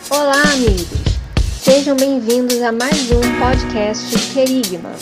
Olá, amigos! Sejam bem-vindos a mais um podcast Querigma.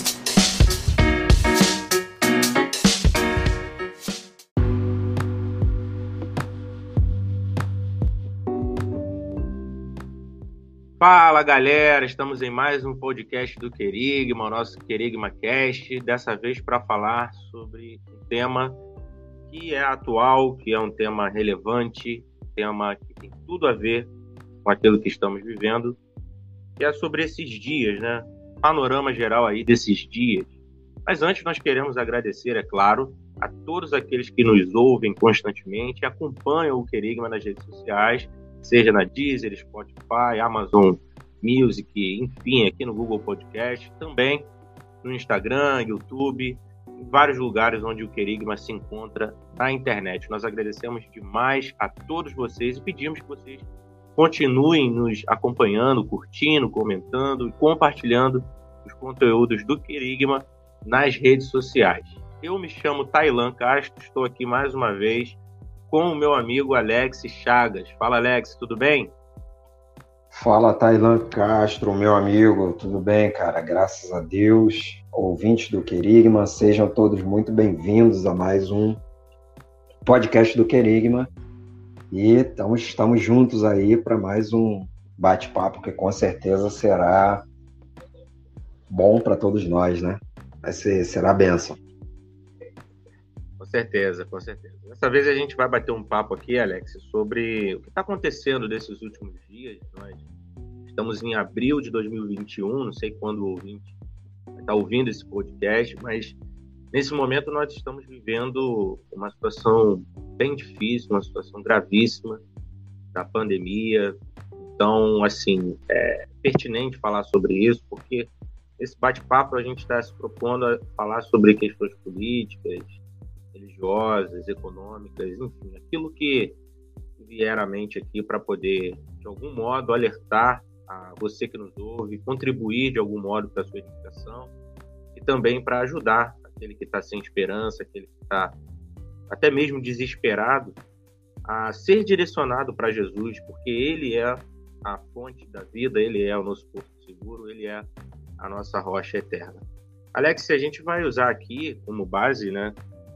Fala, galera! Estamos em mais um podcast do Querigma, o nosso Querigma Cast, dessa vez para falar sobre um tema que é atual, que é um tema relevante, um tema que tem tudo a ver com aquilo que estamos vivendo, que é sobre esses dias, né? Panorama geral aí desses dias. Mas antes nós queremos agradecer, é claro, a todos aqueles que nos ouvem constantemente e acompanham o Querigma nas redes sociais, seja na Deezer, Spotify, Amazon Music, enfim, aqui no Google Podcast, também no Instagram, YouTube, em vários lugares onde o Querigma se encontra na internet. Nós agradecemos demais a todos vocês e pedimos que vocês continuem nos acompanhando, curtindo, comentando e compartilhando os conteúdos do Querigma nas redes sociais. Eu me chamo Tailan Castro, estou aqui mais uma vez com o meu amigo Alex Chagas. Fala, Alex, tudo bem? Fala, Tailan Castro, meu amigo, tudo bem, cara? Graças a Deus. Ouvintes do Querigma, sejam todos muito bem-vindos a mais um podcast do Querigma. E estamos juntos aí para mais um bate-papo que com certeza será bom para todos nós, né? Será bênção. Com certeza, com certeza. Dessa vez a gente vai bater um papo aqui, Alex, sobre o que está acontecendo nesses últimos dias. Nós estamos em abril de 2021, não sei quando o ouvinte vai estar ouvindo esse podcast, mas nesse momento nós estamos vivendo uma situação bem difícil, uma situação gravíssima da pandemia. Então, assim, é pertinente falar sobre isso, porque esse bate-papo a gente está se propondo a falar sobre questões políticas, religiosas, econômicas, enfim, aquilo que vier à mente aqui para poder, de algum modo, alertar a você que nos ouve, contribuir de algum modo para a sua edificação e também para ajudar aquele que está sem esperança, aquele que está até mesmo desesperado, a ser direcionado para Jesus, porque Ele é a fonte da vida, Ele é o nosso porto seguro, Ele é a nossa rocha eterna. Alex, a gente vai usar aqui como base, né,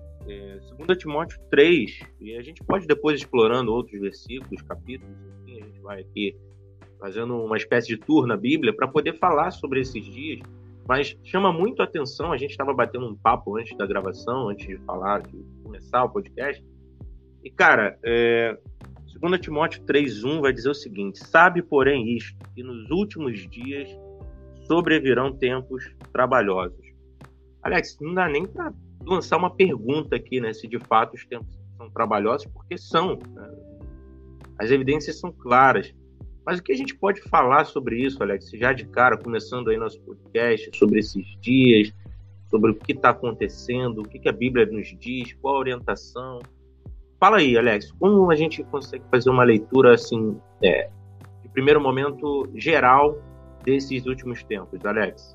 2 Timóteo 3, e a gente pode depois explorando outros versículos, capítulos, enfim, a gente vai aqui fazendo uma espécie de tour na Bíblia para poder falar sobre esses dias, mas chama muito a atenção, a gente estava batendo um papo antes da gravação, antes de falar, de começar o podcast, e cara, 2 Timóteo 3:1 vai dizer o seguinte: sabe, porém, isto, que nos últimos dias sobrevirão tempos trabalhosos. Alex, não dá nem para lançar uma pergunta aqui, né, se de fato os tempos são trabalhosos, porque são, né? As evidências são claras. Mas o que a gente pode falar sobre isso, Alex, já de cara, começando aí nosso podcast, sobre esses dias, sobre o que está acontecendo, o que a Bíblia nos diz, qual a orientação? Fala aí, Alex, como a gente consegue fazer uma leitura, assim, de primeiro momento, geral desses últimos tempos, Alex?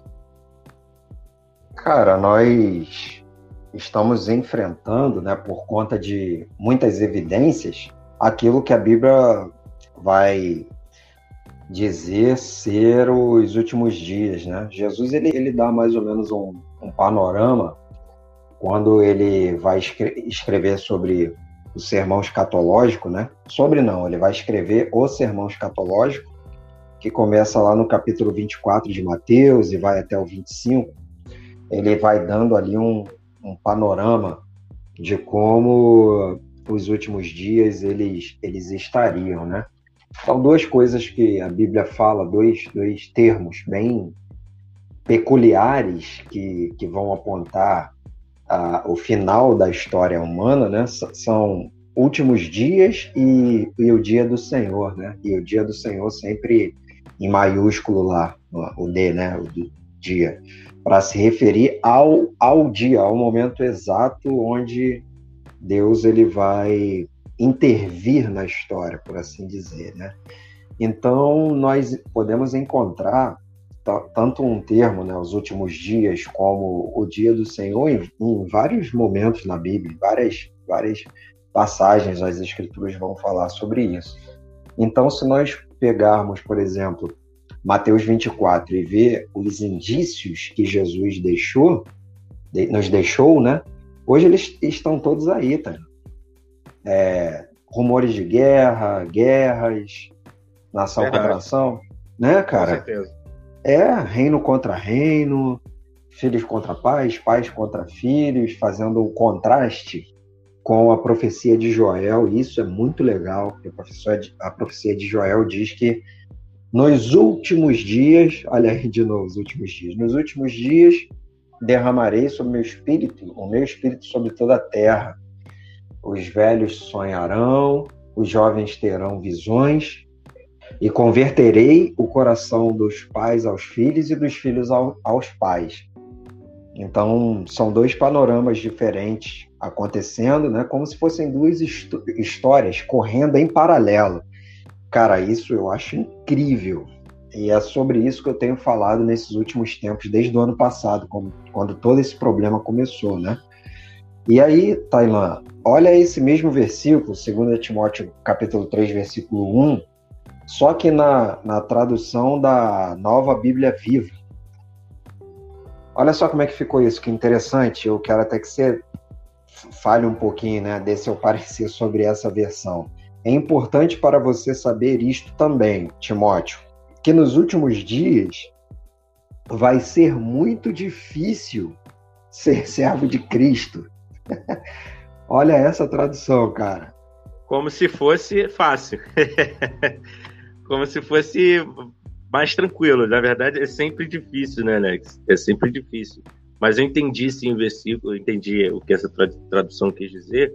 Cara, nós estamos enfrentando, né, por conta de muitas evidências, aquilo que a Bíblia vai dizer ser os últimos dias, né? Jesus, ele dá mais ou menos um panorama quando ele vai escrever sobre o sermão escatológico, né? Ele vai escrever o sermão escatológico, que começa lá no capítulo 24 de Mateus e vai até o 25. Ele vai dando ali um panorama de como os últimos dias eles estariam, né? Então, 2 coisas que a Bíblia fala, dois termos bem peculiares que vão apontar o final da história humana, né? São últimos dias e o dia do Senhor, né? E o dia do Senhor sempre em maiúsculo lá, o D, né? O do dia, para se referir ao dia, ao momento exato onde Deus ele vai intervir na história, por assim dizer, né? Então, nós podemos encontrar tanto um termo, né, os últimos dias, como o dia do Senhor, em vários momentos na Bíblia, várias passagens das Escrituras vão falar sobre isso. Então, se nós pegarmos, por exemplo, Mateus 24 e ver os indícios que Jesus nos deixou, né? Hoje eles estão todos aí, tá? Rumores de guerras, nação contra nação, né, cara? Com certeza. Reino contra reino, filhos contra pais, pais contra filhos, fazendo um contraste com a profecia de Joel. E isso é muito legal, porque a profecia de Joel diz que nos últimos dias, olha aí de novo, nos últimos dias derramarei sobre o meu espírito sobre toda a terra. Os velhos sonharão, os jovens terão visões, e converterei o coração dos pais aos filhos e dos filhos aos pais. Então, são dois panoramas diferentes acontecendo, né? Como se fossem duas histórias correndo em paralelo. Cara, isso eu acho incrível. E é sobre isso que eu tenho falado nesses últimos tempos, desde o ano passado, quando todo esse problema começou, né? E aí, Tailan, olha esse mesmo versículo, 2 Timóteo capítulo 3, versículo 1, só que na tradução da Nova Bíblia Viva. Olha só como é que ficou isso, que interessante. Eu quero até que você fale um pouquinho, né, desse seu parecer sobre essa versão. É importante para você saber isto também, Timóteo, que nos últimos dias vai ser muito difícil ser servo de Cristo. Olha essa tradução, cara. Como se fosse fácil. Como se fosse mais tranquilo. Na verdade, é sempre difícil, né, Alex? É sempre difícil. Mas eu entendi, sim, o versículo, eu entendi o que essa tradução quis dizer.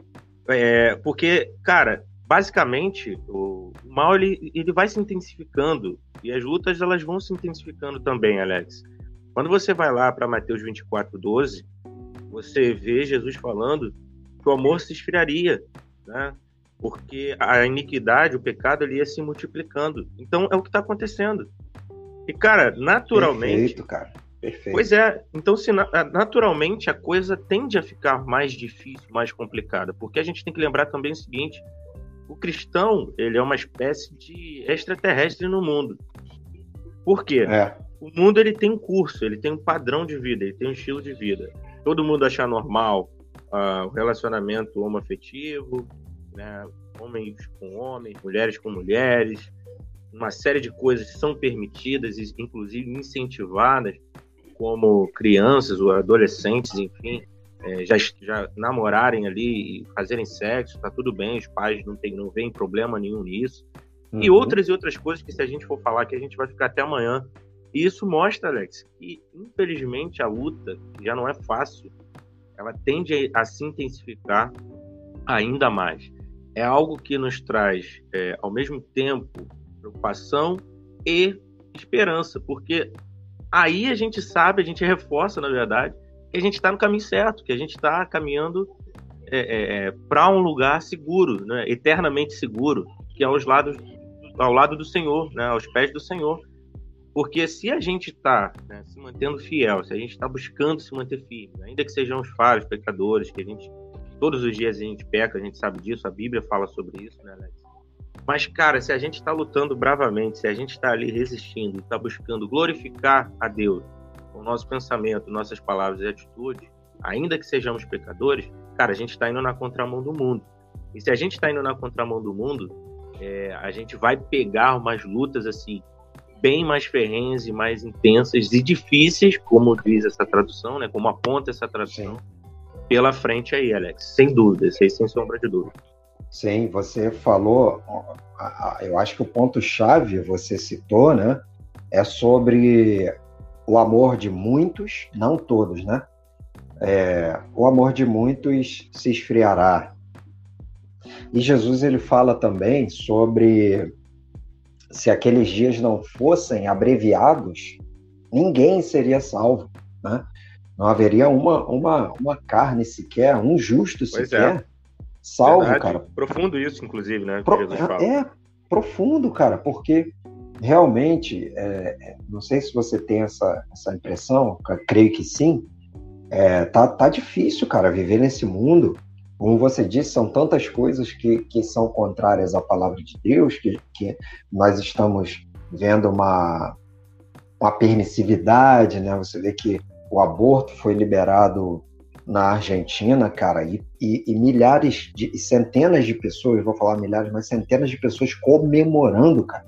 Porque, cara, basicamente, o mal ele vai se intensificando e as lutas elas vão se intensificando também, Alex. Quando você vai lá para Mateus 24:12, você vê Jesus falando que o amor se esfriaria, né? Porque a iniquidade, o pecado, ele ia se multiplicando. Então, é o que está acontecendo. E, cara, naturalmente... Perfeito, cara. Perfeito. Pois é. Então, naturalmente, a coisa tende a ficar mais difícil, mais complicada. Porque a gente tem que lembrar também o seguinte: o cristão, ele é uma espécie de extraterrestre no mundo. Por quê? O mundo, ele tem um curso, ele tem um padrão de vida, ele tem um estilo de vida. Todo mundo acha normal o relacionamento homoafetivo, né? Homens com homens, mulheres com mulheres, uma série de coisas que são permitidas e inclusive incentivadas, como crianças ou adolescentes, enfim, já namorarem ali e fazerem sexo, tá tudo bem, os pais não veem problema nenhum nisso. Uhum. E outras coisas que, se a gente for falar, que a gente vai ficar até amanhã. E isso mostra, Alex, que infelizmente a luta, que já não é fácil, ela tende a se intensificar ainda mais. É algo que nos traz, ao mesmo tempo, preocupação e esperança, porque aí a gente sabe, a gente reforça, na verdade, que a gente está no caminho certo, que a gente está caminhando para um lugar seguro, né, eternamente seguro, que é ao lado do Senhor, né, aos pés do Senhor. Porque se a gente está, né, se mantendo fiel, se a gente está buscando se manter firme, ainda que sejamos falhos, pecadores, que todos os dias a gente peca, a gente sabe disso, a Bíblia fala sobre isso, né, Alex? Mas, cara, se a gente está lutando bravamente, se a gente está ali resistindo, está buscando glorificar a Deus com o nosso pensamento, nossas palavras e atitudes, ainda que sejamos pecadores, cara, a gente está indo na contramão do mundo. E se a gente está indo na contramão do mundo, a gente vai pegar umas lutas assim, bem mais ferrenhas e mais intensas e difíceis, como diz essa tradução, né? Como aponta essa tradução, sim, pela frente aí, Alex. Sem dúvida, isso aí, sem sombra de dúvida. Sim, você falou, eu acho que o ponto-chave, você citou, né? É sobre o amor de muitos, não todos, né? O amor de muitos se esfriará. E Jesus, ele fala também sobre se aqueles dias não fossem abreviados, ninguém seria salvo, né? Não haveria uma carne sequer, um justo sequer salvo, verdade, cara. Profundo isso, inclusive, né? Que Jesus fala. É profundo, cara, porque realmente, não sei se você tem essa impressão, creio que sim, tá difícil, cara, viver nesse mundo. como você disse, são tantas coisas que são contrárias à palavra de Deus, que nós estamos vendo uma permissividade, né? Você vê que o aborto foi liberado na Argentina, cara, e milhares e centenas de pessoas, vou falar milhares, mas centenas de pessoas comemorando, cara.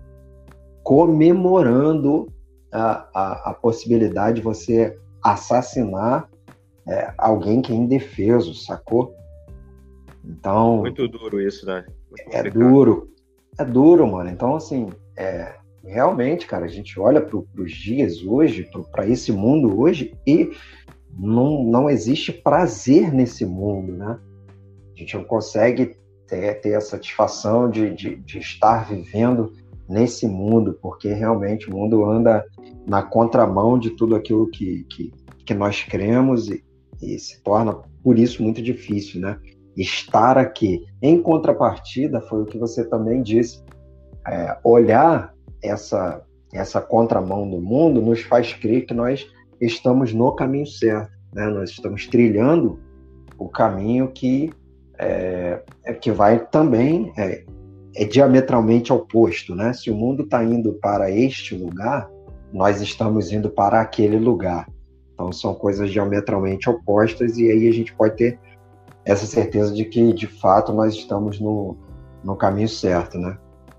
Comemorando a possibilidade de você assassinar alguém que é indefeso, sacou? Então... Muito duro isso, né? É duro, mano. Então, assim, realmente, cara, a gente olha para os dias hoje, para esse mundo hoje, e não existe prazer nesse mundo, né? A gente não consegue ter a satisfação de estar vivendo nesse mundo, porque realmente o mundo anda na contramão de tudo aquilo que nós cremos e se torna, por isso, muito difícil, né? Estar aqui. Em contrapartida, foi o que você também disse, olhar essa contramão do mundo nos faz crer que nós estamos no caminho certo, né? Nós estamos trilhando o caminho que vai também diametralmente oposto, né? Se o mundo está indo para este lugar, nós estamos indo para aquele lugar. Então são coisas diametralmente opostas, e aí a gente pode ter essa certeza de que, de fato, nós estamos no caminho certo, né?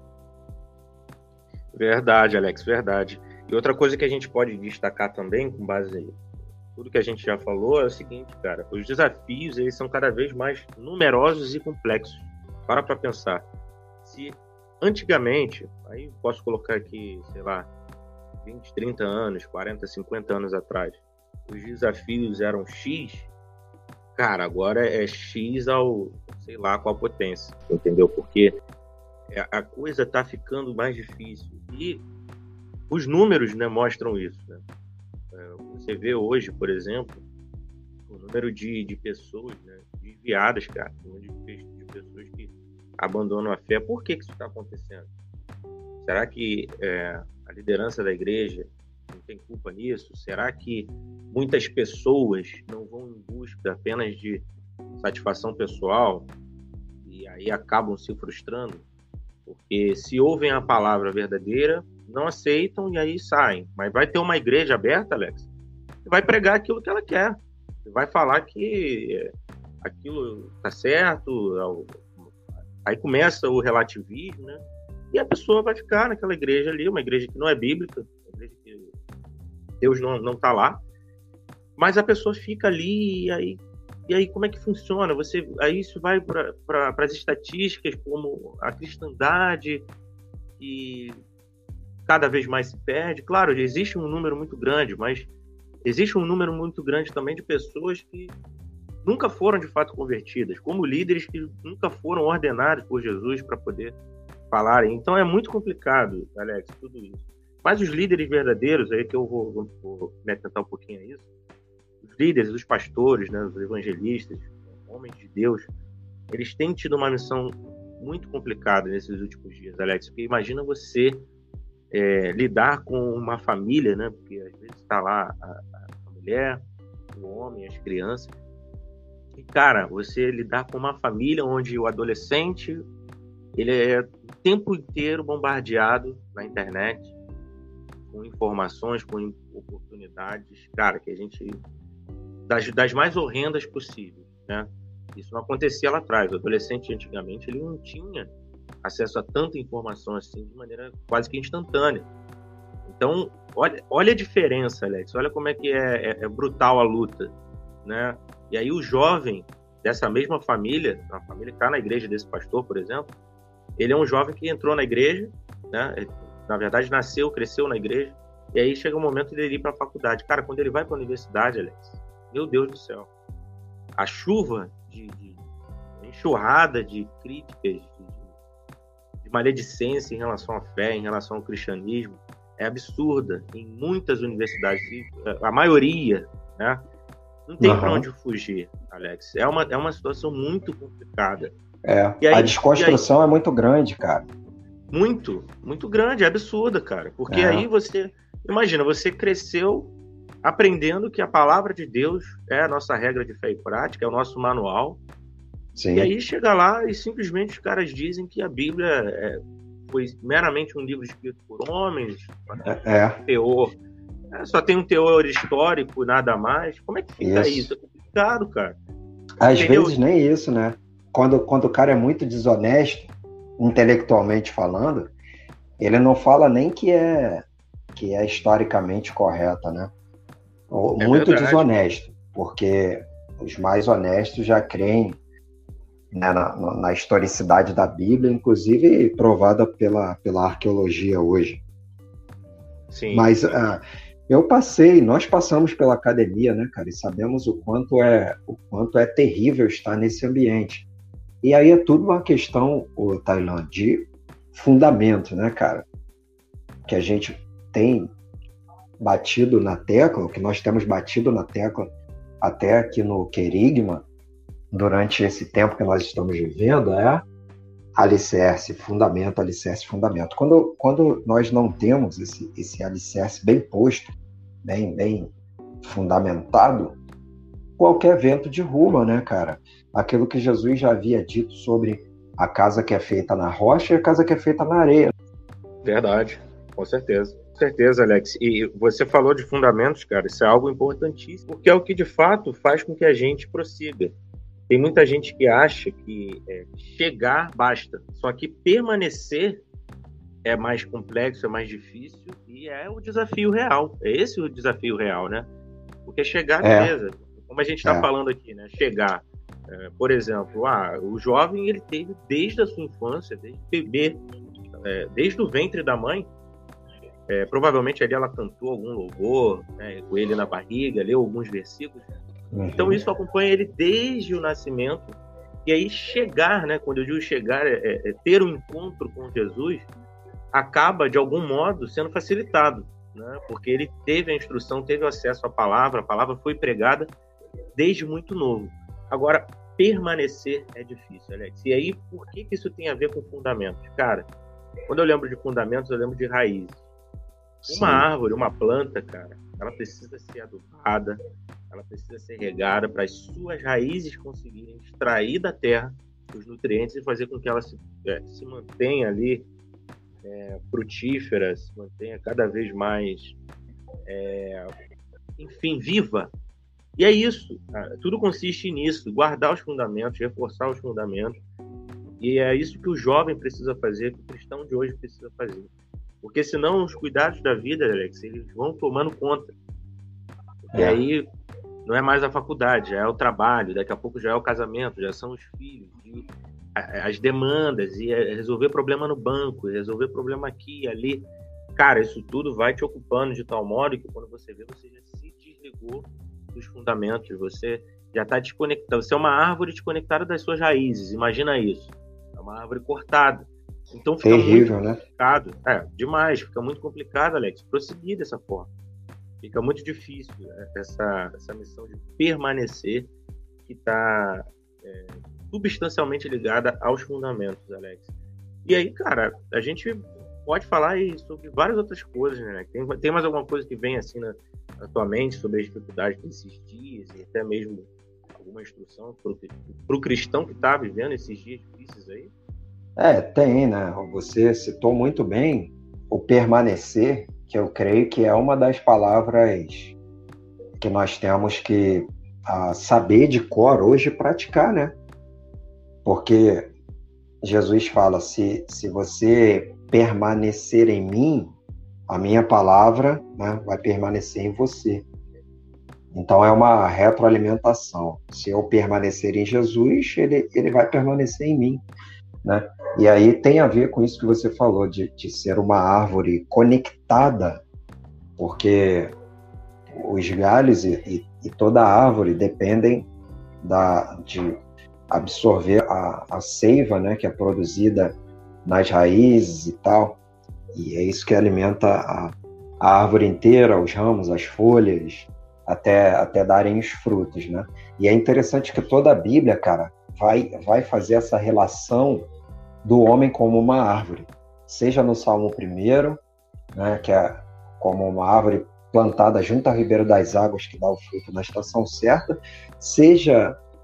Verdade, Alex, verdade. E outra coisa que a gente pode destacar também, com base em tudo que a gente já falou, é o seguinte, cara, os desafios, eles são cada vez mais numerosos e complexos. Para pensar. Se antigamente, aí posso colocar aqui, sei lá, 20, 30 anos, 40, 50 anos atrás, os desafios eram X, cara, agora é X ao, sei lá, qual potência, entendeu? Porque a coisa tá ficando mais difícil. E os números, né, mostram isso, né? Você vê hoje, por exemplo, o número de pessoas, né, desviadas, cara, o número de pessoas que abandonam a fé. Por que isso está acontecendo? Será que a liderança da igreja não tem culpa nisso? Será que muitas pessoas não vão em busca apenas de satisfação pessoal e aí acabam se frustrando? Porque se ouvem a palavra verdadeira, não aceitam e aí saem. Mas vai ter uma igreja aberta, Alex, que vai pregar aquilo que ela quer. Vai falar que aquilo está certo. Aí começa o relativismo, né? E a pessoa vai ficar naquela igreja ali, uma igreja que não é bíblica, uma igreja que Deus não está lá. Mas a pessoa fica ali e aí como é que funciona? Aí isso vai para as estatísticas, como a cristandade, e cada vez mais se perde. Claro, existe um número muito grande, mas existe um número muito grande também de pessoas que nunca foram de fato convertidas, como líderes que nunca foram ordenados por Jesus para poder falarem. Então é muito complicado, Alex, tudo isso. Mas os líderes verdadeiros, aí que eu vou me atentar um pouquinho a isso, os líderes, os pastores, né, os evangelistas, homens de Deus, eles têm tido uma missão muito complicada nesses últimos dias, Alex, porque imagina você lidar com uma família, né, porque às vezes está lá a mulher, o homem, as crianças, e, cara, você lidar com uma família onde o adolescente, ele é o tempo inteiro bombardeado na internet, com informações, com oportunidades, cara, que a gente... Das mais horrendas possíveis, né? Isso não acontecia lá atrás. O adolescente, antigamente, ele não tinha acesso a tanta informação assim, de maneira quase que instantânea. Então, olha a diferença, Alex. Olha como é que é brutal a luta, né? E aí o jovem dessa mesma família, a família que está na igreja desse pastor, por exemplo, ele é um jovem que entrou na igreja, né? Na verdade, nasceu, cresceu na igreja, e aí chega um momento de ele ir para a faculdade. Cara, quando ele vai para a universidade, Alex, meu Deus do céu, a chuva de enxurrada de críticas, de maledicência em relação à fé, em relação ao cristianismo, é absurda em muitas universidades, a maioria, né? Não tem para onde fugir, Alex. É uma situação muito complicada. E aí, a desconstrução é muito grande, cara. Muito, muito grande, é absurda, cara. Porque aí você... Imagina, você cresceu aprendendo que a palavra de Deus é a nossa regra de fé e prática, é o nosso manual. Sim. E aí chega lá e simplesmente os caras dizem que a Bíblia foi meramente um livro escrito por homens, teor, só tem um teor histórico, nada mais. Como é que fica isso? É complicado, cara. Às vezes nem isso, né? Quando o cara é muito desonesto, intelectualmente falando, ele não fala nem que é historicamente correta, né? Muito desonesto, porque os mais honestos já creem, né, na historicidade da Bíblia, inclusive provada pela arqueologia hoje. Sim. Mas nós passamos pela academia, né, cara, e sabemos o quanto é terrível estar nesse ambiente. E aí é tudo uma questão, Tailan, de fundamento, né, cara? Que a gente tem batido na tecla, o que nós temos batido na tecla até aqui no Querigma, durante esse tempo que nós estamos vivendo, é alicerce, fundamento, alicerce, fundamento. Quando nós não temos esse alicerce bem posto, bem fundamentado, qualquer vento derruba, né, cara? Aquilo que Jesus já havia dito sobre a casa que é feita na rocha e a casa que é feita na areia. Verdade, com certeza. Com certeza, Alex. E você falou de fundamentos, cara, isso é algo importantíssimo, porque é o que de fato faz com que a gente prossiga. Tem muita gente que acha que chegar basta, só que permanecer é mais complexo, é mais difícil e é o desafio real. É esse o desafio real, né? Porque chegar, beleza, como a gente está falando aqui, né? Chegar, por exemplo, o jovem, ele teve desde a sua infância, desde o bebê, desde o ventre da mãe, provavelmente ali ela cantou algum louvor, né, com ele na barriga, leu alguns versículos. Então isso acompanha ele desde o nascimento. E aí chegar, né, quando eu digo chegar, ter um encontro com Jesus, acaba de algum modo sendo facilitado, né, porque ele teve a instrução, teve o acesso à palavra, a palavra foi pregada desde muito novo. Agora, permanecer é difícil, Alex. E aí, por que isso tem a ver com fundamentos? Cara, quando eu lembro de fundamentos, eu lembro de raízes. Uma árvore, uma planta, cara, ela precisa ser adubada, ela precisa ser regada para as suas raízes conseguirem extrair da terra os nutrientes e fazer com que ela se mantenha ali frutífera, se mantenha cada vez mais, viva. E é isso, cara. Tudo consiste nisso, guardar os fundamentos, reforçar os fundamentos. E é isso que o jovem precisa fazer, que o cristão de hoje precisa fazer. Porque senão os cuidados da vida, Alex, eles vão tomando conta. Porque aí não é mais a faculdade, já é o trabalho, daqui a pouco já é o casamento, já são os filhos, as demandas, e resolver problema no banco, resolver problema aqui e ali. Cara, isso tudo vai te ocupando de tal modo que quando você vê, você já se desligou dos fundamentos, você já está desconectado. Você é uma árvore desconectada das suas raízes, imagina isso. É uma árvore cortada. Então fica terrível, muito complicado. Demais, fica muito complicado, Alex, prosseguir dessa forma. Fica muito difícil essa missão de permanecer, que está substancialmente ligada aos fundamentos, Alex. E aí, cara, a gente pode falar aí sobre várias outras coisas, né? Tem mais alguma coisa que vem assim na tua mente sobre a dificuldade desses dias e até mesmo alguma instrução para o cristão que está vivendo esses dias difíceis aí? Tem, né? Você citou muito bem o permanecer, que eu creio que é uma das palavras que nós temos que saber de cor hoje e praticar, né? Porque Jesus fala, se você permanecer em mim, a minha palavra, né, vai permanecer em você. Então é uma retroalimentação. Se eu permanecer em Jesus, ele vai permanecer em mim, né? E aí tem a ver com isso que você falou, de ser uma árvore conectada, porque os galhos e toda a árvore dependem de absorver a seiva, né, que é produzida nas raízes e tal, e é isso que alimenta a árvore inteira, os ramos, as folhas, até darem os frutos, né? E é interessante que toda a Bíblia, cara, vai fazer essa relação do homem como uma árvore, seja no Salmo 1, né, que é como uma árvore plantada junto ao ribeiro das águas que dá o fruto na estação certa, seja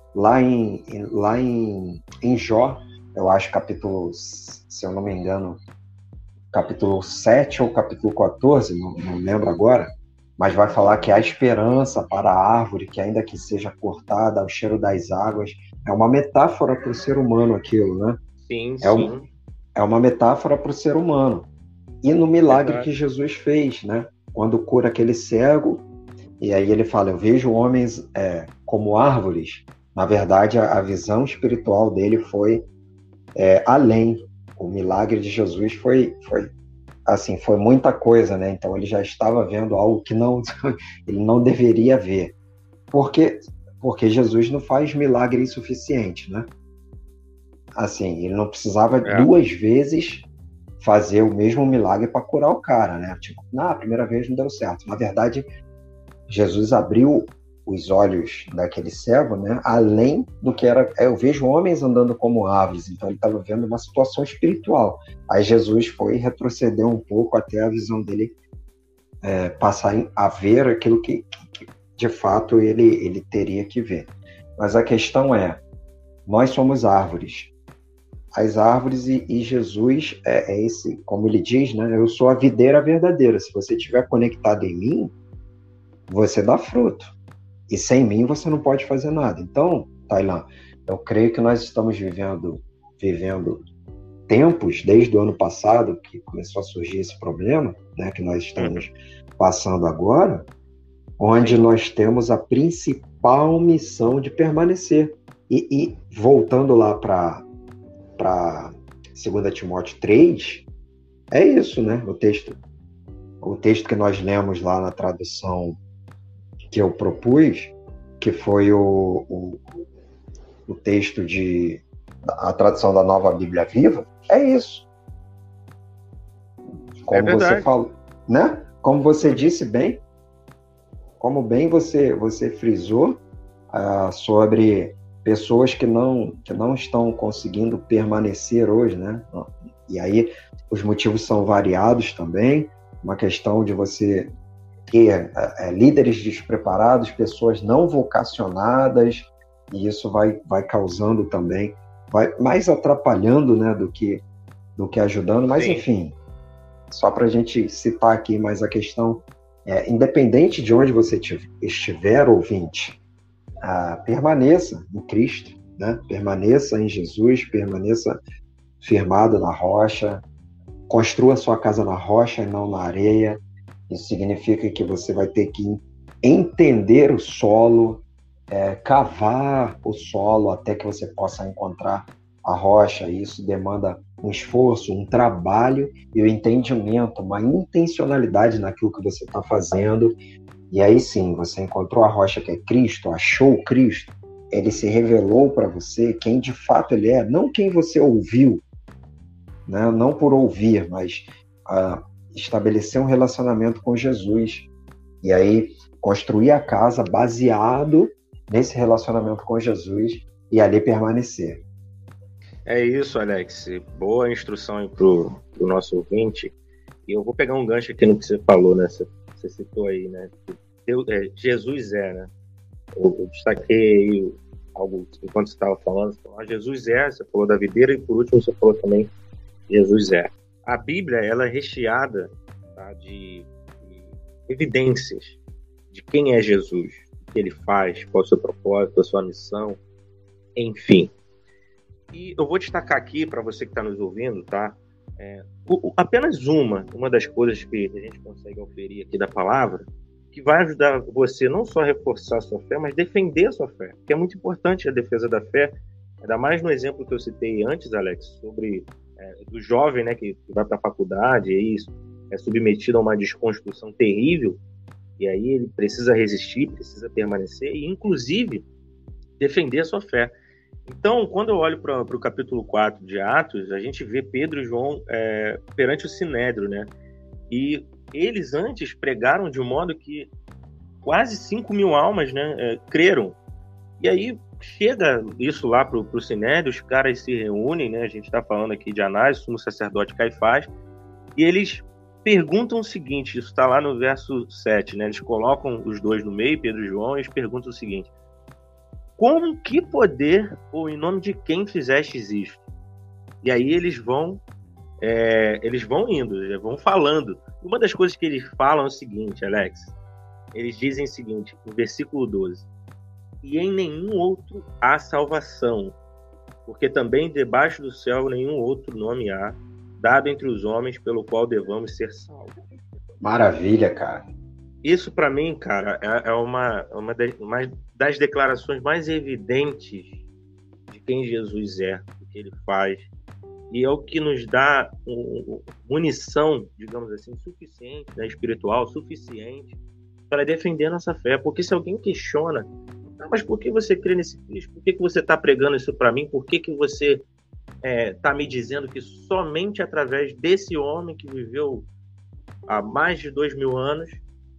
Em Jó, eu acho capítulo, se eu não me engano, capítulo 7 ou capítulo 14, não lembro agora, mas vai falar que há esperança para a árvore, que ainda que seja cortada, ao cheiro das águas. É uma metáfora para o ser humano aquilo, né? Sim, sim. É uma metáfora para o ser humano. E no milagre que Jesus fez, né? Quando cura aquele cego, e aí ele fala, eu vejo homens como árvores. Na verdade, a visão espiritual dele foi além. O milagre de Jesus foi muita coisa, né? Então ele já estava vendo algo que ele não deveria ver. Porque Jesus não faz milagre insuficiente, né? Assim, ele não precisava 2 vezes fazer o mesmo milagre para curar o cara, né? Tipo, a primeira vez não deu certo. Na verdade, Jesus abriu os olhos daquele cego, né? Além do que era... Eu vejo homens andando como árvores, então ele estava vendo uma situação espiritual. Aí Jesus foi retroceder um pouco até a visão dele passar a ver aquilo que de fato ele teria que ver. Mas a questão é, nós somos árvores. As árvores e Jesus é esse, como ele diz, né? Eu sou a videira verdadeira. Se você estiver conectado em mim, você dá fruto. E sem mim você não pode fazer nada. Então, Tailan, eu creio que nós estamos vivendo tempos, desde o ano passado, que começou a surgir esse problema, né, que nós estamos passando agora, onde nós temos a principal missão de permanecer. E voltando lá para 2 Timóteo 3, é isso, né? O texto que nós lemos lá na tradução que eu propus, que foi o texto a tradução da Nova Bíblia Viva, é isso. Como você falou, né? Como você disse bem, como bem você frisou sobre pessoas que não estão conseguindo permanecer hoje, né? E aí os motivos são variados também, uma questão de você ter líderes despreparados, pessoas não vocacionadas, e isso vai causando também, vai mais atrapalhando, né, do que ajudando, mas sim. Enfim, só para a gente citar aqui, mas a questão independente de onde você estiver, ouvinte, permaneça em Cristo, né? Permaneça em Jesus, permaneça firmado na rocha, construa sua casa na rocha e não na areia. Isso significa que você vai ter que entender o solo, cavar o solo até que você possa encontrar a rocha. Isso demanda um esforço, um trabalho e o entendimento, uma intencionalidade naquilo que você está fazendo. E aí sim, você encontrou a rocha que é Cristo, achou Cristo, ele se revelou para você quem de fato ele é, não quem você ouviu, né? Não por ouvir, mas estabelecer um relacionamento com Jesus. E aí construir a casa baseado nesse relacionamento com Jesus e ali permanecer. É isso, Alex. Boa instrução aí pro nosso ouvinte. E eu vou pegar um gancho aqui no que você falou, né? Você citou aí, né? Jesus né? Eu destaquei aí algo enquanto você estava falando. Você falou, Jesus você falou da videira, e por último você falou também Jesus A Bíblia, ela é recheada, tá, de evidências de quem é Jesus, o que ele faz, qual é o seu propósito, a sua missão, enfim. E eu vou destacar aqui para você que está nos ouvindo, tá? Apenas uma das coisas que a gente consegue oferir aqui da palavra, que vai ajudar você não só a reforçar a sua fé, mas defender a sua fé, que é muito importante a defesa da fé, ainda mais no exemplo que eu citei antes, Alex, sobre do jovem, né, que vai para a faculdade e isso é submetido a uma desconstrução terrível, e aí ele precisa resistir, precisa permanecer e, inclusive, defender a sua fé. Então, quando eu olho para o capítulo 4 de Atos, a gente vê Pedro e João perante o Sinédrio, né? E eles antes pregaram de um modo que quase 5.000 almas, né, creram. E aí chega isso lá para o Sinédrio, os caras se reúnem, né? A gente está falando aqui de Anás, sumo sacerdote Caifás, e eles perguntam o seguinte, isso está lá no verso 7, né? Eles colocam os dois no meio, Pedro e João, e eles perguntam o seguinte: com que poder ou em nome de quem fizestes isto? E aí eles vão indo, eles vão falando. Uma das coisas que eles falam é o seguinte, Alex. Eles dizem o seguinte, no versículo 12. E em nenhum outro há salvação, porque também debaixo do céu nenhum outro nome há, dado entre os homens pelo qual devamos ser salvos. Maravilha, cara. Isso, para mim, cara, é uma das declarações mais evidentes de quem Jesus é, do que ele faz. E é o que nos dá munição, digamos assim, suficiente, né, espiritual, suficiente, para defender nossa fé. Porque se alguém questiona, mas por que você crê nesse Cristo? Por que você está pregando isso para mim? Por que você está me dizendo que somente através desse homem que viveu há mais de 2000 anos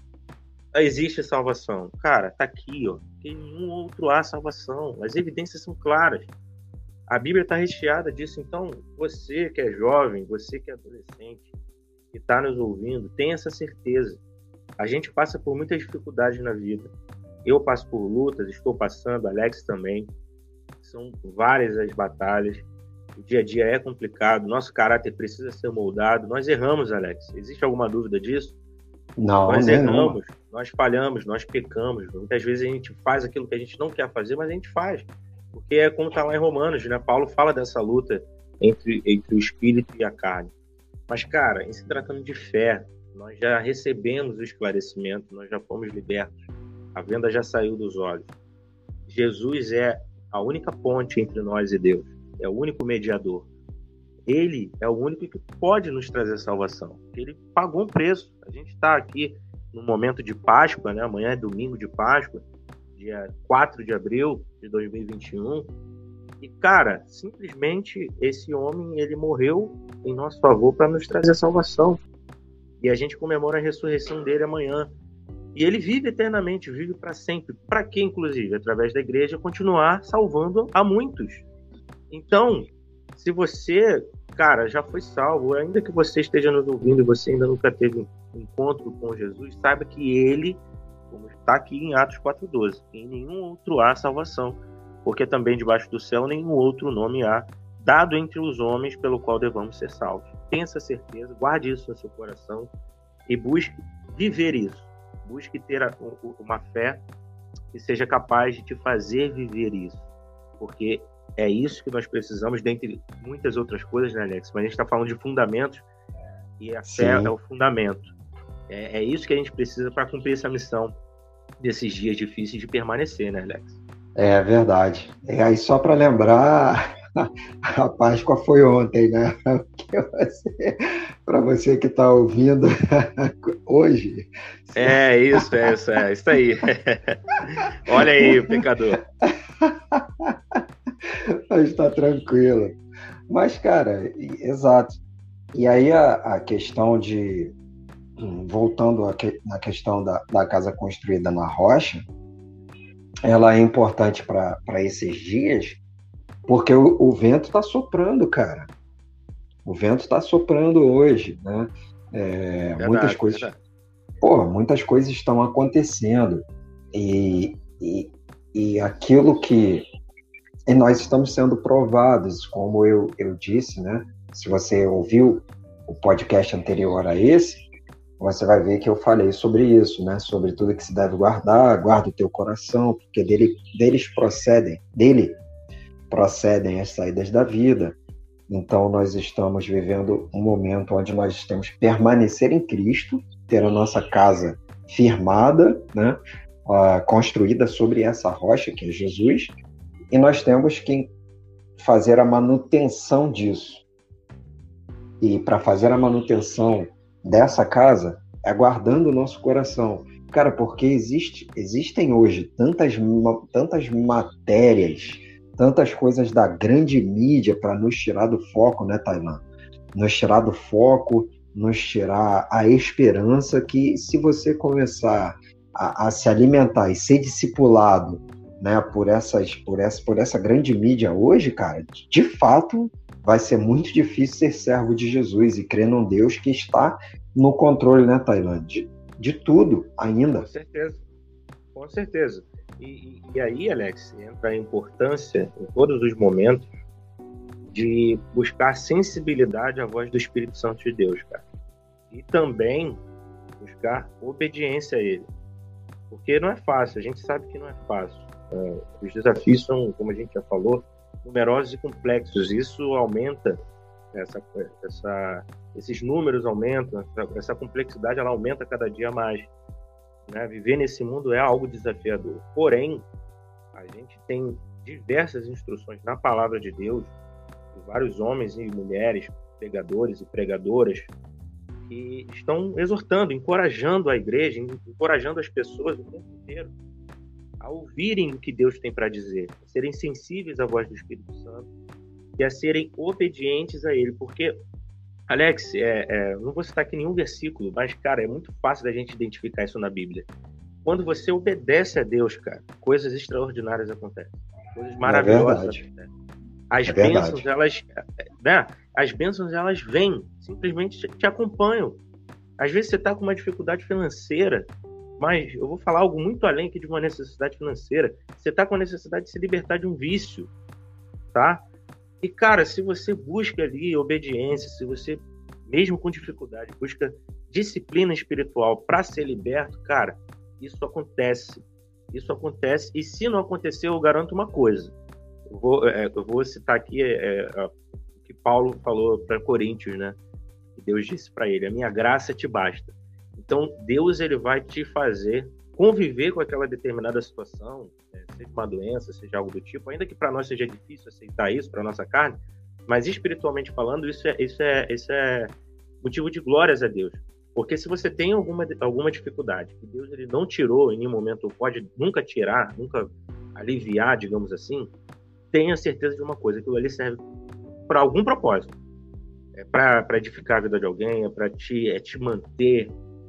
existe salvação? Cara, tá aqui, ó. Em nenhum outro há salvação. As evidências são claras. A Bíblia está recheada disso. Então, você que é jovem, você que é adolescente, que está nos ouvindo, tenha essa certeza. A gente passa por muitas dificuldades na vida. Eu passo por lutas, estou passando, Alex também. São várias as batalhas. O dia a dia é complicado. Nosso caráter precisa ser moldado. Nós erramos, Alex. Existe alguma dúvida disso? Não, nós erramos, não. Nós falhamos, nós pecamos. Muitas vezes a gente faz aquilo que a gente não quer fazer, mas a gente faz. Porque é como está lá em Romanos, né? Paulo fala dessa luta entre o espírito e a carne. Mas, cara, em se tratando de fé, nós já recebemos o esclarecimento, nós já fomos libertos. A venda já saiu dos olhos. Jesus é a única ponte entre nós e Deus. É o único mediador. Ele é o único que pode nos trazer salvação. Ele pagou um preço. A gente está aqui no momento de Páscoa, né? Amanhã é domingo de Páscoa, dia 4 de abril de 2021. E, cara, simplesmente esse homem, ele morreu em nosso favor para nos trazer salvação. E a gente comemora a ressurreição dele amanhã. E ele vive eternamente, vive para sempre. Para que, inclusive, através da igreja, continuar salvando a muitos. Então, se você, cara, já foi salvo, ainda que você esteja nos ouvindo e você ainda nunca teve um encontro com Jesus, saiba que ele, como está aqui em Atos 4,12, em nenhum outro há salvação, porque também debaixo do céu nenhum outro nome há, dado entre os homens pelo qual devamos ser salvos. Tenha essa certeza, guarde isso no seu coração e busque viver isso. Busque ter uma fé que seja capaz de te fazer viver isso, porque é isso que nós precisamos, dentre muitas outras coisas, né, Alex? Mas a gente está falando de fundamentos e a fé é o fundamento. É isso que a gente precisa para cumprir essa missão desses dias difíceis de permanecer, né, Alex? É verdade. E aí, só para lembrar, a Páscoa foi ontem, né? Para você que está ouvindo hoje. É isso aí. Olha aí, pecador. Está tranquilo. Mas, cara, exato. E aí a questão de... Voltando na questão da casa construída na rocha, ela é importante para esses dias, porque o vento está soprando, cara. O vento está soprando hoje, né? Verdade, muitas coisas... muitas coisas estão acontecendo. E aquilo que... E nós estamos sendo provados, como eu disse, né? Se você ouviu o podcast anterior a esse, você vai ver que eu falei sobre isso, né? Sobre tudo que se deve guardar, guarda o teu coração, porque dele procedem as saídas da vida. Então nós estamos vivendo um momento onde nós temos que permanecer em Cristo, ter a nossa casa firmada, né? Construída sobre essa rocha que é Jesus, e nós temos que fazer a manutenção disso. E para fazer a manutenção dessa casa é guardando o nosso coração. Cara, porque existem hoje tantas matérias, tantas coisas da grande mídia para nos tirar do foco, né, Tailan? Nos tirar do foco, nos tirar a esperança, que se você começar a se alimentar e ser discipulado, né, por essa grande mídia hoje, cara, de fato vai ser muito difícil ser servo de Jesus e crer num Deus que está no controle, né, Tailândia? De tudo ainda. Com certeza. E aí, Alex, entra a importância em todos os momentos de buscar sensibilidade à voz do Espírito Santo de Deus, cara. E também buscar obediência a ele. Porque não é fácil, a gente sabe que não é fácil. Os desafios são, como a gente já falou, numerosos e complexos. Isso aumenta, esses números aumentam, essa complexidade ela aumenta cada dia mais. Né? Viver nesse mundo é algo desafiador. Porém, a gente tem diversas instruções na palavra de Deus, de vários homens e mulheres, pregadores e pregadoras, que estão exortando, encorajando a igreja, encorajando as pessoas o tempo inteiro a ouvirem o que Deus tem para dizer, a serem sensíveis à voz do Espírito Santo e a serem obedientes a Ele. Porque, Alex, não vou citar aqui nenhum versículo, mas, cara, é muito fácil da gente identificar isso na Bíblia. Quando você obedece a Deus, cara, coisas extraordinárias acontecem, coisas maravilhosas acontecem. As bênçãos, as bênçãos, elas vêm, simplesmente te acompanham. Às vezes você está com uma dificuldade financeira, mas eu vou falar algo muito além aqui de uma necessidade financeira. Você está com a necessidade de se libertar de um vício, tá? E, cara, se você busca ali obediência, se você, mesmo com dificuldade, busca disciplina espiritual para ser liberto, cara, isso acontece. Isso acontece, e se não acontecer, eu garanto uma coisa. Eu vou citar aqui o que Paulo falou para Coríntios, né? Que Deus disse para ele: a minha graça te basta. Então, Deus ele vai te fazer conviver com aquela determinada situação, seja uma doença, seja algo do tipo, ainda que para nós seja difícil aceitar isso, para nossa carne, mas espiritualmente falando, isso é motivo de glórias a Deus. Porque se você tem alguma dificuldade que Deus ele não tirou em nenhum momento, ou pode nunca tirar, nunca aliviar, digamos assim, tenha certeza de uma coisa: aquilo ali serve para algum propósito. É para edificar a vida de alguém, é para te manter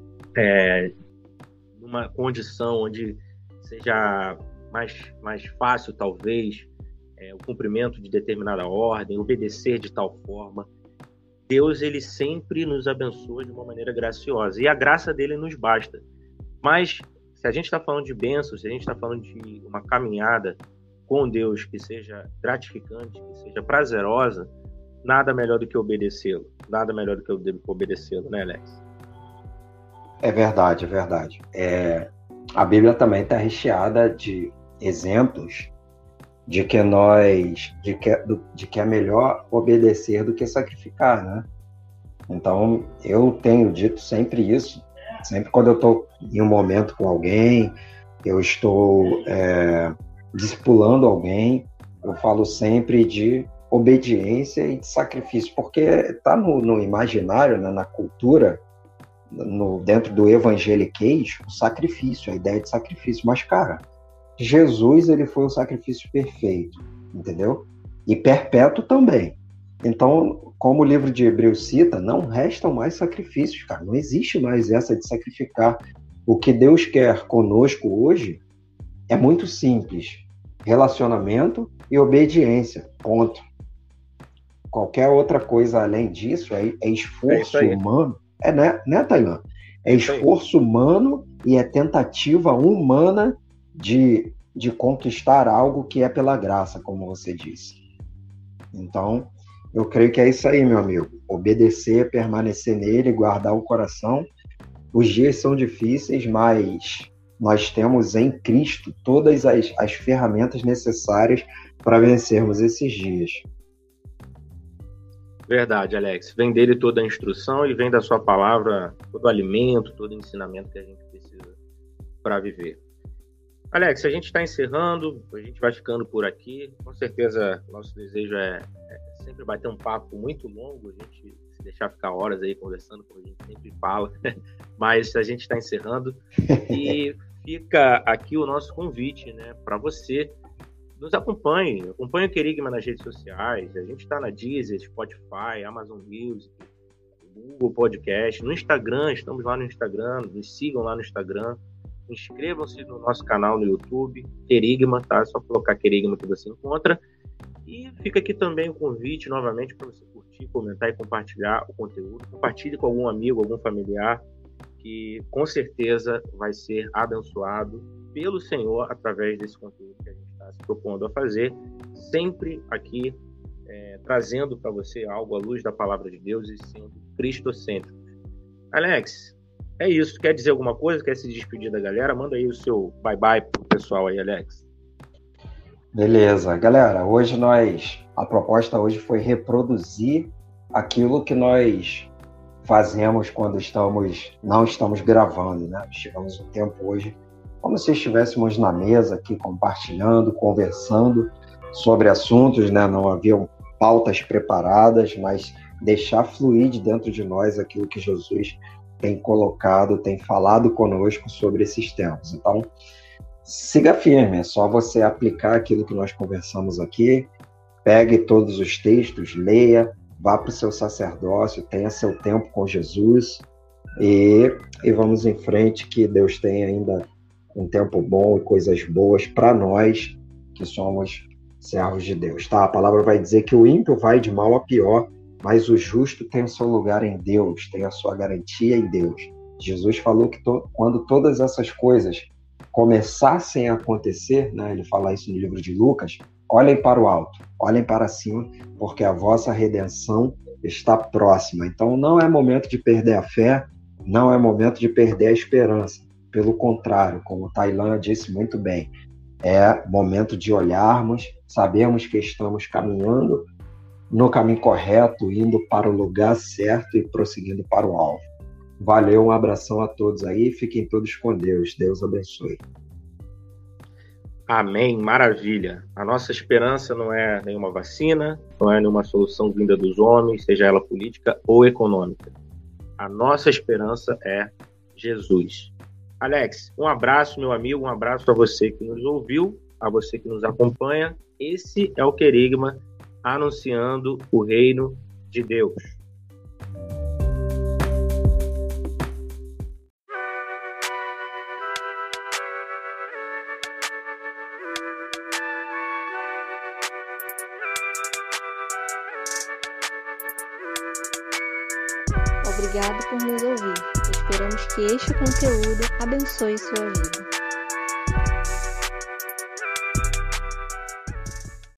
numa condição onde seja mais fácil, talvez, o cumprimento de determinada ordem, obedecer de tal forma. Deus, ele sempre nos abençoa de uma maneira graciosa, e a graça dele nos basta. Mas, se a gente está falando de bênçãos, se a gente está falando de uma caminhada com Deus que seja gratificante, que seja prazerosa, nada melhor do que obedecê-lo. Nada melhor do que obedecê-lo, né, Alex? É verdade, é verdade. A Bíblia também está recheada de exemplos de que é melhor obedecer do que sacrificar, né? Então, eu tenho dito sempre isso. Sempre quando eu estou em um momento com alguém, eu estou discipulando alguém, eu falo sempre de obediência e de sacrifício, porque está no imaginário, né, na cultura, dentro do evangeliquez, o sacrifício, a ideia de sacrifício. Mas, cara, Jesus, ele foi o sacrifício perfeito, entendeu? E perpétuo também. Então, como o livro de Hebreus cita, não restam mais sacrifícios, cara. Não existe mais essa de sacrificar. O que Deus quer conosco hoje é muito simples: relacionamento e obediência, ponto. Qualquer outra coisa além disso é esforço humano. Né, Tailan? É esforço humano e é tentativa humana de conquistar algo que é pela graça, como você disse. Então, eu creio que é isso aí, meu amigo. Obedecer, permanecer nele, guardar o coração. Os dias são difíceis, mas nós temos em Cristo todas as ferramentas necessárias para vencermos esses dias. Verdade, Alex. Vem dele toda a instrução e vem da sua palavra todo o alimento, todo o ensinamento que a gente precisa para viver. Alex, a gente está encerrando, a gente vai ficando por aqui. Com certeza, nosso desejo é sempre bater um papo muito longo, a gente se deixar ficar horas aí conversando, como a gente sempre fala, mas a gente está encerrando. E fica aqui o nosso convite, né, para você. Nos acompanhe o Querigma nas redes sociais. A gente está na Deezer, Spotify, Amazon Music, Google Podcast, no Instagram, estamos lá no Instagram, nos sigam lá no Instagram, inscrevam-se no nosso canal no YouTube, Querigma, tá? É só colocar Querigma que você encontra. E fica aqui também o convite novamente para você curtir, comentar e compartilhar o conteúdo. Compartilhe com algum amigo, algum familiar, que com certeza vai ser abençoado pelo Senhor através desse conteúdo que a gente está se propondo a fazer, sempre aqui trazendo para você algo à luz da palavra de Deus e sendo cristocêntrico. Alex, é isso. Quer dizer alguma coisa? Quer se despedir da galera? Manda aí o seu bye-bye pro pessoal aí, Alex. Beleza. Galera, a proposta hoje foi reproduzir aquilo que nós fazemos quando não estamos gravando, né? Chegamos um tempo hoje como se estivéssemos na mesa aqui compartilhando, conversando sobre assuntos, né? Não haviam pautas preparadas, mas deixar fluir de dentro de nós aquilo que Jesus tem colocado, tem falado conosco sobre esses temas. Então, siga firme, é só você aplicar aquilo que nós conversamos aqui, pegue todos os textos, leia, vá para o seu sacerdócio, tenha seu tempo com Jesus e vamos em frente, que Deus tem ainda um tempo bom e coisas boas para nós que somos servos de Deus. Tá? A palavra vai dizer que o ímpio vai de mal a pior, mas o justo tem o seu lugar em Deus, tem a sua garantia em Deus. Jesus falou que quando todas essas coisas começassem a acontecer, né, ele fala isso no livro de Lucas, olhem para o alto, olhem para cima, porque a vossa redenção está próxima. Então não é momento de perder a fé, não é momento de perder a esperança. Pelo contrário, como o Tailan disse muito bem, é momento de olharmos, sabermos que estamos caminhando no caminho correto, indo para o lugar certo e prosseguindo para o alvo. Valeu, um abração a todos aí, fiquem todos com Deus. Deus abençoe. Amém, maravilha. A nossa esperança não é nenhuma vacina, não é nenhuma solução vinda dos homens, seja ela política ou econômica. A nossa esperança é Jesus. Alex, um abraço, meu amigo, um abraço a você que nos ouviu, a você que nos acompanha. Esse é o Querigma, anunciando o reino de Deus. Obrigado por nos ouvir. Esperamos que este conteúdo abençoe sua vida.